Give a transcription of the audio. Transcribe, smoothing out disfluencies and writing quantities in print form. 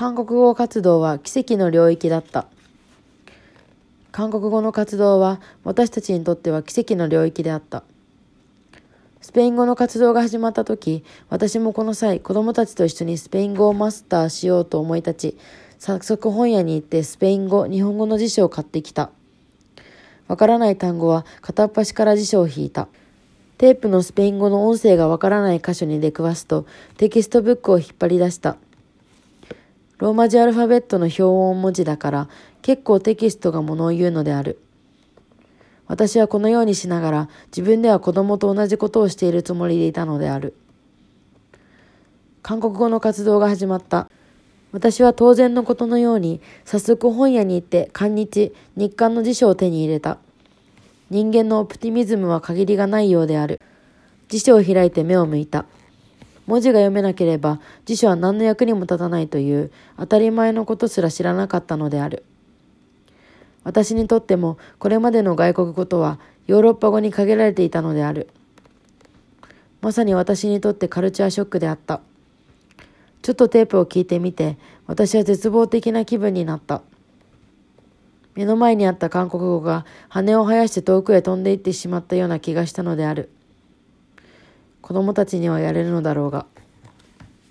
韓国語活動は奇跡の領域だった。韓国語の活動は私たちにとっては奇跡の領域であった。スペイン語の活動が始まった時、私もこの際、子供たちと一緒にスペイン語をマスターしようと思い立ち、早速本屋に行ってスペイン語、日本語の辞書を買ってきた。わからない単語は片っ端から辞書を引いた。テープのスペイン語の音声がわからない箇所に出くわすと、テキストブックを引っ張り出した。ローマ字アルファベットの表音文字だから結構テキストがものを言うのである。私はこのようにしながら自分では子供と同じことをしているつもりでいたのである。韓国語の活動が始まった。私は当然のことのように早速本屋に行って韓日、日韓の辞書を手に入れた。人間のオプティミズムは限りがないようである。辞書を開いて目を向いた。文字が読めなければ辞書は何の役にも立たないという当たり前のことすら知らなかったのである。私にとってもこれまでの外国語とはヨーロッパ語に限られていたのである。まさに私にとってカルチャーショックであった。ちょっとテープを聞いてみて、私は絶望的な気分になった。目の前にあった韓国語が羽を生やして遠くへ飛んでいってしまったような気がしたのである。子供たちにはやれるのだろうが。